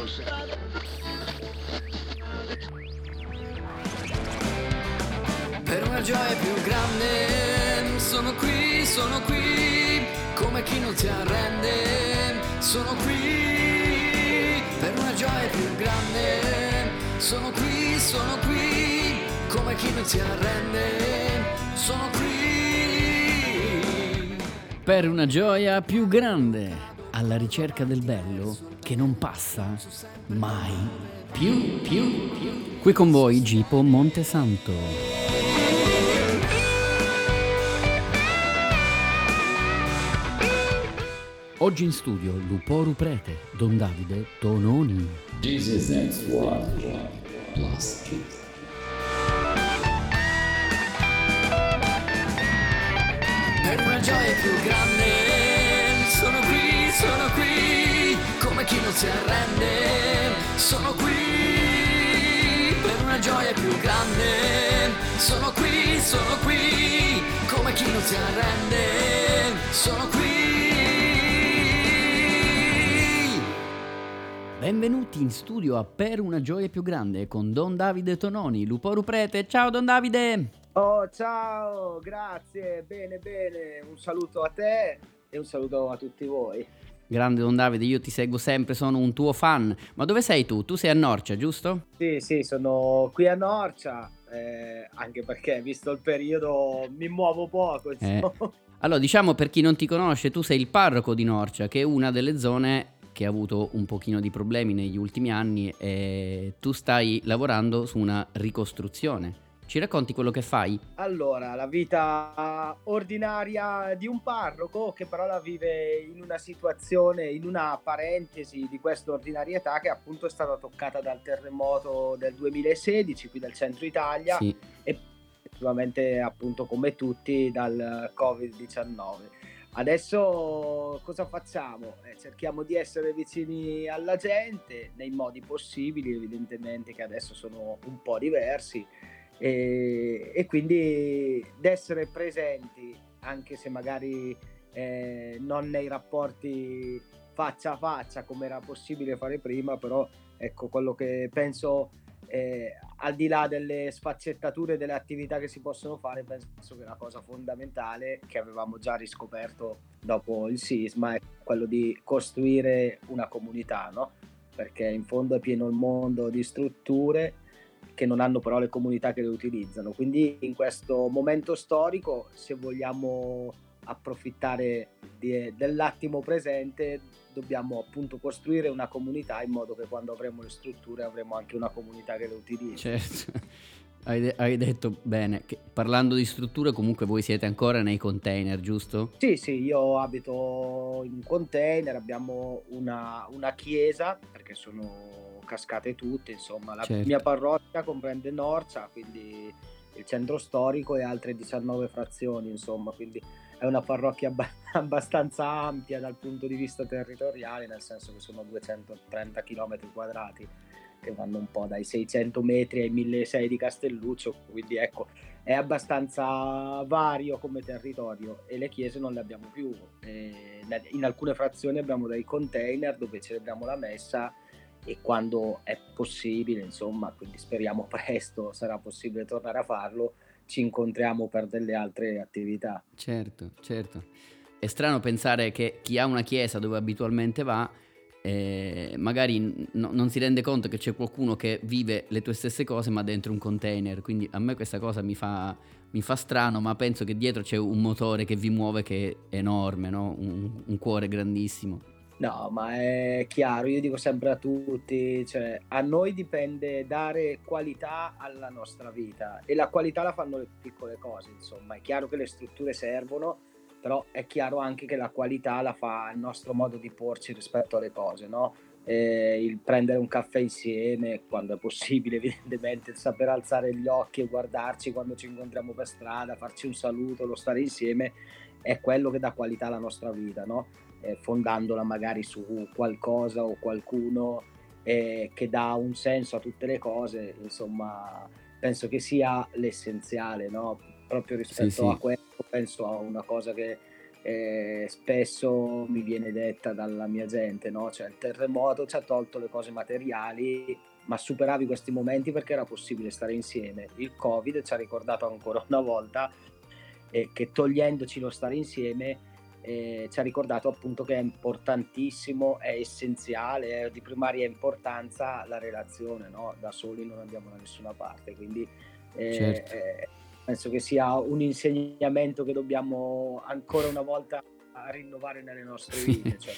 Per una gioia più grande, sono qui, come chi non si arrende, sono qui. Per una gioia più grande, sono qui, come chi non si arrende, sono qui. Per una gioia più grande, alla ricerca del bello che non passa mai più. Qui con voi Gipo Montesanto. Oggi in studio Luporu Prete, Don Davide Tononi. This is next one plus kids. Per una gioia più grande, sono qui, come chi non si arrende, sono qui. Per una gioia più grande, sono qui, come chi non si arrende, sono qui. Benvenuti in studio a Per una gioia più grande con Don Davide Tononi, Luporu Prete. Ciao Don Davide! Oh, ciao, grazie, bene, un saluto a te e un saluto a tutti voi. Grande Don Davide, io ti seguo sempre, sono un tuo fan. Ma dove sei tu? Tu sei a Norcia, giusto? Sì, sono qui a Norcia, anche perché visto il periodo mi muovo poco, insomma. Allora, diciamo per chi non ti conosce, tu sei il parroco di Norcia, che è una delle zone che ha avuto un pochino di problemi negli ultimi anni e tu stai lavorando su una ricostruzione. Ci racconti quello che fai? Allora, la vita ordinaria di un parroco che però la vive in una situazione, in una parentesi di questa ordinarietà che appunto è stata toccata dal terremoto del 2016 qui del centro Italia. Sì. E effettivamente appunto come tutti dal Covid-19. Adesso cosa facciamo? Cerchiamo di essere vicini alla gente nei modi possibili, evidentemente che adesso sono un po' diversi. E quindi d'essere presenti anche se magari non nei rapporti faccia a faccia come era possibile fare prima, però ecco quello che penso al di là delle sfaccettature delle attività che si possono fare, penso che la cosa fondamentale che avevamo già riscoperto dopo il sisma è quello di costruire una comunità, no? Perché in fondo è pieno il mondo di strutture che non hanno però le comunità che le utilizzano. Quindi in questo momento storico, se vogliamo approfittare dell'attimo presente, dobbiamo appunto costruire una comunità in modo che quando avremo le strutture avremo anche una comunità che le utilizza. Certo, hai detto bene, che parlando di strutture comunque voi siete ancora nei container, giusto? Sì, io abito in un container, abbiamo una chiesa, perché sono cascate tutte, insomma, la Certo. mia parrocchia comprende Norcia, quindi il centro storico e altre 19 frazioni, insomma, quindi è una parrocchia abbastanza ampia dal punto di vista territoriale, nel senso che sono 230 km quadrati, che vanno un po' dai 600 metri ai 1600 di Castelluccio, quindi ecco, è abbastanza vario come territorio e le chiese non le abbiamo più. In alcune frazioni abbiamo dei container dove celebriamo la messa e quando è possibile, insomma, quindi speriamo presto sarà possibile tornare a farlo, ci incontriamo per delle altre attività. Certo. È strano pensare che chi ha una chiesa dove abitualmente va magari non si rende conto che c'è qualcuno che vive le tue stesse cose ma dentro un container, quindi a me questa cosa mi fa strano, ma penso che dietro c'è un motore che vi muove che è enorme, no? Un cuore grandissimo. No, ma è chiaro, io dico sempre a tutti, cioè a noi dipende dare qualità alla nostra vita e la qualità la fanno le piccole cose, insomma, è chiaro che le strutture servono, però è chiaro anche che la qualità la fa il nostro modo di porci rispetto alle cose, no? Il prendere un caffè insieme quando è possibile, evidentemente, il saper alzare gli occhi e guardarci quando ci incontriamo per strada, farci un saluto, lo stare insieme, è quello che dà qualità alla nostra vita, no? Fondandola magari su qualcosa o qualcuno che dà un senso a tutte le cose, insomma, penso che sia l'essenziale, no? Proprio rispetto Sì. a questo, penso a una cosa che spesso mi viene detta dalla mia gente, no? Cioè il terremoto ci ha tolto le cose materiali, ma superavi questi momenti perché era possibile stare insieme. Il Covid ci ha ricordato ancora una volta che togliendoci lo stare insieme ci ha ricordato appunto che è importantissimo, è essenziale, è di primaria importanza la relazione, no? Da soli non andiamo da nessuna parte, quindi Certo. penso che sia un insegnamento che dobbiamo ancora una volta rinnovare nelle nostre Sì, vite. Cioè.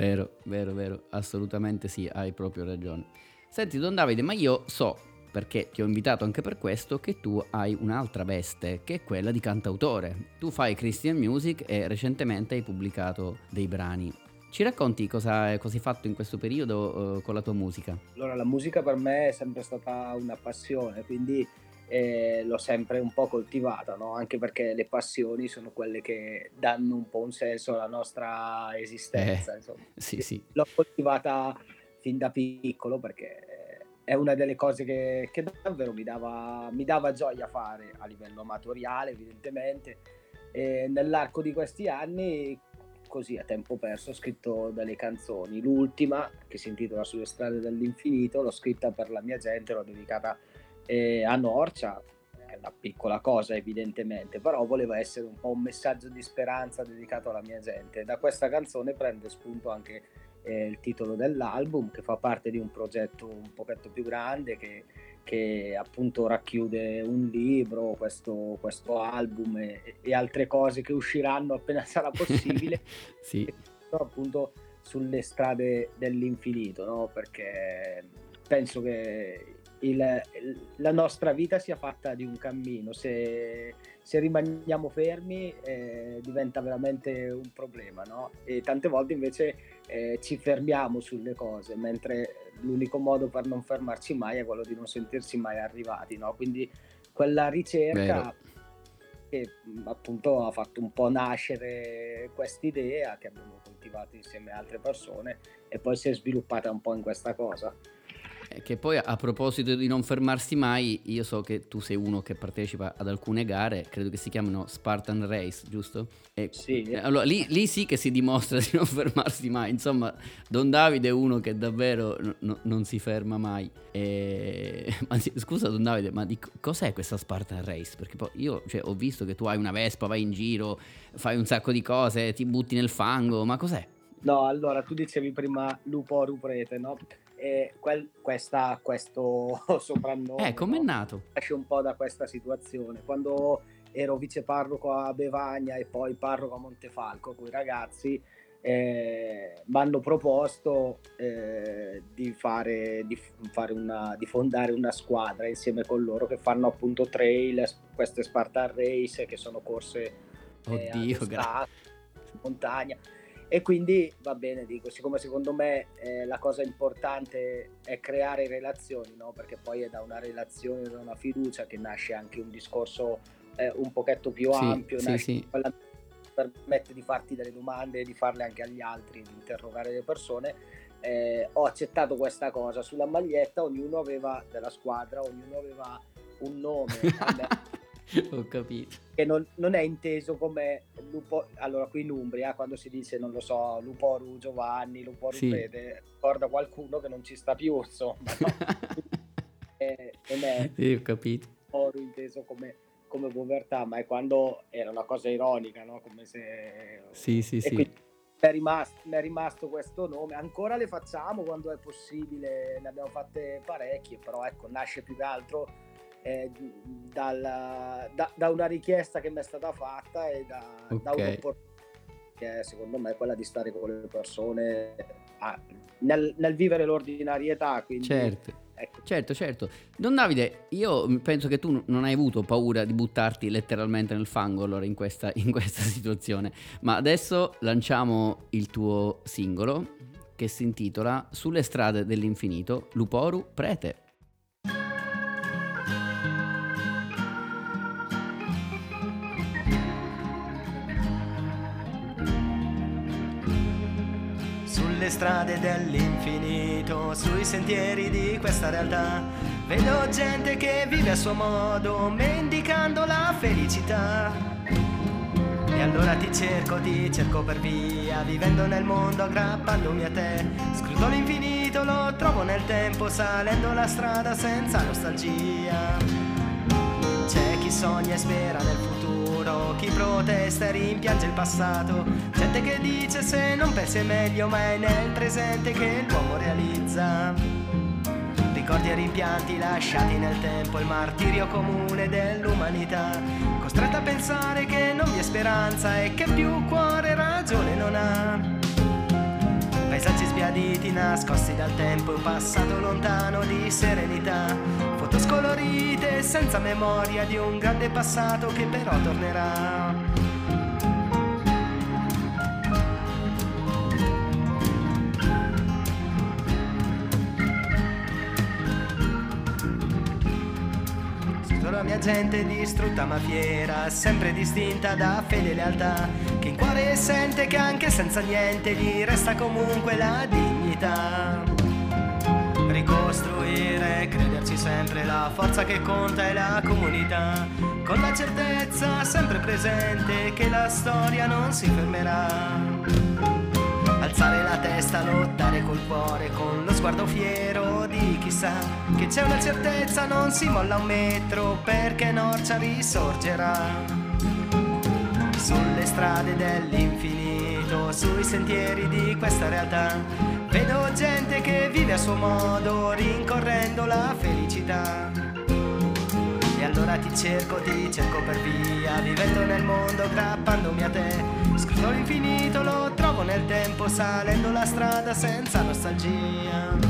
vero, assolutamente sì, hai proprio ragione. Senti, Don Davide, ma io so, perché ti ho invitato anche per questo, che tu hai un'altra veste, che è quella di cantautore. Tu fai Christian music e recentemente hai pubblicato dei brani. Ci racconti cosa hai fatto in questo periodo con la tua musica? Allora, la musica per me è sempre stata una passione, quindi l'ho sempre un po' coltivata, no? Anche perché le passioni sono quelle che danno un po' un senso alla nostra esistenza, insomma. Sì. L'ho coltivata fin da piccolo perché è una delle cose che davvero mi dava gioia fare a livello amatoriale, evidentemente. E nell'arco di questi anni, così a tempo perso, ho scritto delle canzoni. L'ultima, che si intitola Sulle strade dell'infinito, l'ho scritta per la mia gente, l'ho dedicata a Norcia. È una piccola cosa evidentemente, però voleva essere un po' un messaggio di speranza dedicato alla mia gente. Da questa canzone prende spunto anche il titolo dell'album, che fa parte di un progetto un pochetto più grande che appunto racchiude un libro, questo album e altre cose che usciranno appena sarà possibile. Sì. Appunto Sulle strade dell'infinito, no? Perché penso che la nostra vita sia fatta di un cammino. Se rimaniamo fermi diventa veramente un problema, no? E tante volte invece ci fermiamo sulle cose, mentre l'unico modo per non fermarci mai è quello di non sentirsi mai arrivati, no? Quindi quella ricerca che appunto ha fatto un po' nascere quest'idea che abbiamo coltivato insieme a altre persone e poi si è sviluppata un po' in questa cosa. Che poi a proposito di non fermarsi mai, io so che tu sei uno che partecipa ad alcune gare, credo che si chiamino Spartan Race, giusto? Sì. Allora lì sì che si dimostra di non fermarsi mai, insomma Don Davide è uno che davvero non si ferma mai. Ma scusa Don Davide, ma cos'è questa Spartan Race? Perché poi io ho visto che tu hai una Vespa, vai in giro, fai un sacco di cose, ti butti nel fango, ma cos'è? No, allora tu dicevi prima Luporu Prete, no? Questo soprannome com'è nato? nasce un po' da questa situazione. Quando ero viceparroco a Bevagna e poi parroco a Montefalco con i ragazzi, mi hanno proposto di fondare una squadra insieme con loro che fanno appunto trail, queste Spartan Race che sono corse in montagna. E quindi va bene, dico, siccome secondo me la cosa importante è creare relazioni, no? Perché poi è da una relazione, da una fiducia che nasce anche un discorso un pochetto più ampio, quella permette di farti delle domande, di farle anche agli altri, di interrogare le persone. Ho accettato questa cosa, sulla maglietta ognuno aveva della squadra, ognuno aveva un nome. Ho capito. Che non è inteso come Lupo. Allora qui in Umbria quando si dice, non lo so, Luporu Giovanni, Luporu Fede, ricorda qualcuno che non ci sta più, insomma, no? Non è ho capito. Luporu inteso come povertà, ma è quando era una cosa ironica, no? Come se sì. Mi è rimasto questo nome, ancora le facciamo quando è possibile, ne abbiamo fatte parecchie, però ecco, nasce più che altro da una richiesta che mi è stata fatta e da un'opportunità che è, secondo me, quella di stare con le persone nel vivere l'ordinarietà, quindi certo. Don Davide, io penso che tu non hai avuto paura di buttarti letteralmente nel fango allora in questa situazione, ma adesso lanciamo il tuo singolo che si intitola Sulle strade dell'infinito, Luporu Prete. Sulle strade dell'infinito, sui sentieri di questa realtà, vedo gente che vive a suo modo, mendicando la felicità. E allora ti cerco per via, vivendo nel mondo aggrappandomi a te. Scruto l'infinito, lo trovo nel tempo, salendo la strada senza nostalgia. C'è chi sogna e spera nel futuro, chi protesta e rimpiange il passato. Gente che dice se non pensi è meglio, ma è nel presente che l'uomo realizza. Ricordi e rimpianti lasciati nel tempo, il martirio comune dell'umanità, costretta a pensare che non vi è speranza e che più cuore ragione non ha. Paesaggi sbiaditi nascosti dal tempo, un passato lontano di serenità, foto scolorite senza memoria di un grande passato che però tornerà. La mia gente distrutta ma fiera, sempre distinta da fede e lealtà, che in cuore sente che anche senza niente gli resta comunque la dignità. Ricostruire, crederci sempre, la forza che conta è la comunità, con la certezza sempre presente che la storia non si fermerà. Alzare la testa, lottare col cuore, con lo sguardo fiero di chi sa che c'è una certezza, non si molla un metro perché Norcia risorgerà. Sulle strade dell'infinito, sui sentieri di questa realtà, vedo gente che vive a suo modo, rincorrendo la felicità. E allora ti cerco per via, vivendo nel mondo aggrappandomi a te. Scruto l'infinito, lo trovo nel tempo, salendo la strada senza nostalgia.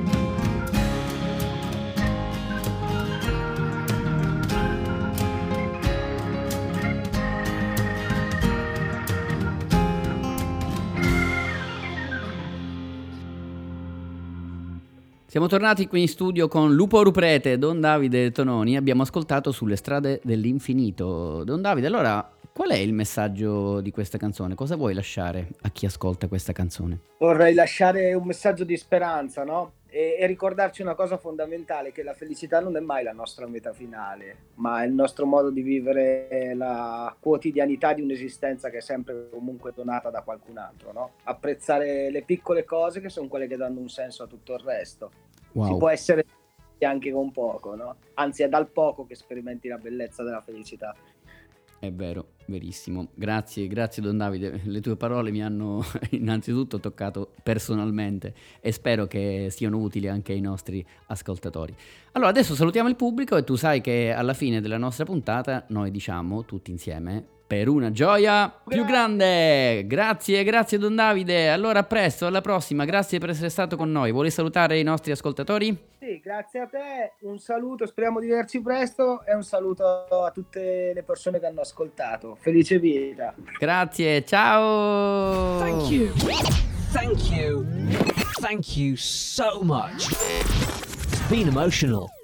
Siamo tornati qui in studio con Lupo Ruprete, Don Davide Tononi. Abbiamo ascoltato Sulle strade dell'infinito. Don Davide, allora, qual è il messaggio di questa canzone? Cosa vuoi lasciare a chi ascolta questa canzone? Vorrei lasciare un messaggio di speranza, no? E ricordarci una cosa fondamentale, che la felicità non è mai la nostra meta finale, ma è il nostro modo di vivere la quotidianità di un'esistenza che è sempre comunque donata da qualcun altro, no? Apprezzare le piccole cose che sono quelle che danno un senso a tutto il resto. Wow. Si può essere anche con poco, no? Anzi, è dal poco che sperimenti la bellezza della felicità. È vero, verissimo. Grazie Don Davide. Le tue parole mi hanno innanzitutto toccato personalmente e spero che siano utili anche ai nostri ascoltatori. Allora, adesso salutiamo il pubblico e tu sai che alla fine della nostra puntata noi diciamo tutti insieme: per una gioia più grande! Grazie Don Davide. Allora, a presto, alla prossima. Grazie per essere stato con noi. Vuoi salutare i nostri ascoltatori? Sì, grazie a te, un saluto, speriamo di vederci presto e un saluto a tutte le persone che hanno ascoltato. Felice vita. Grazie, ciao! Thank you so much. It's been emotional.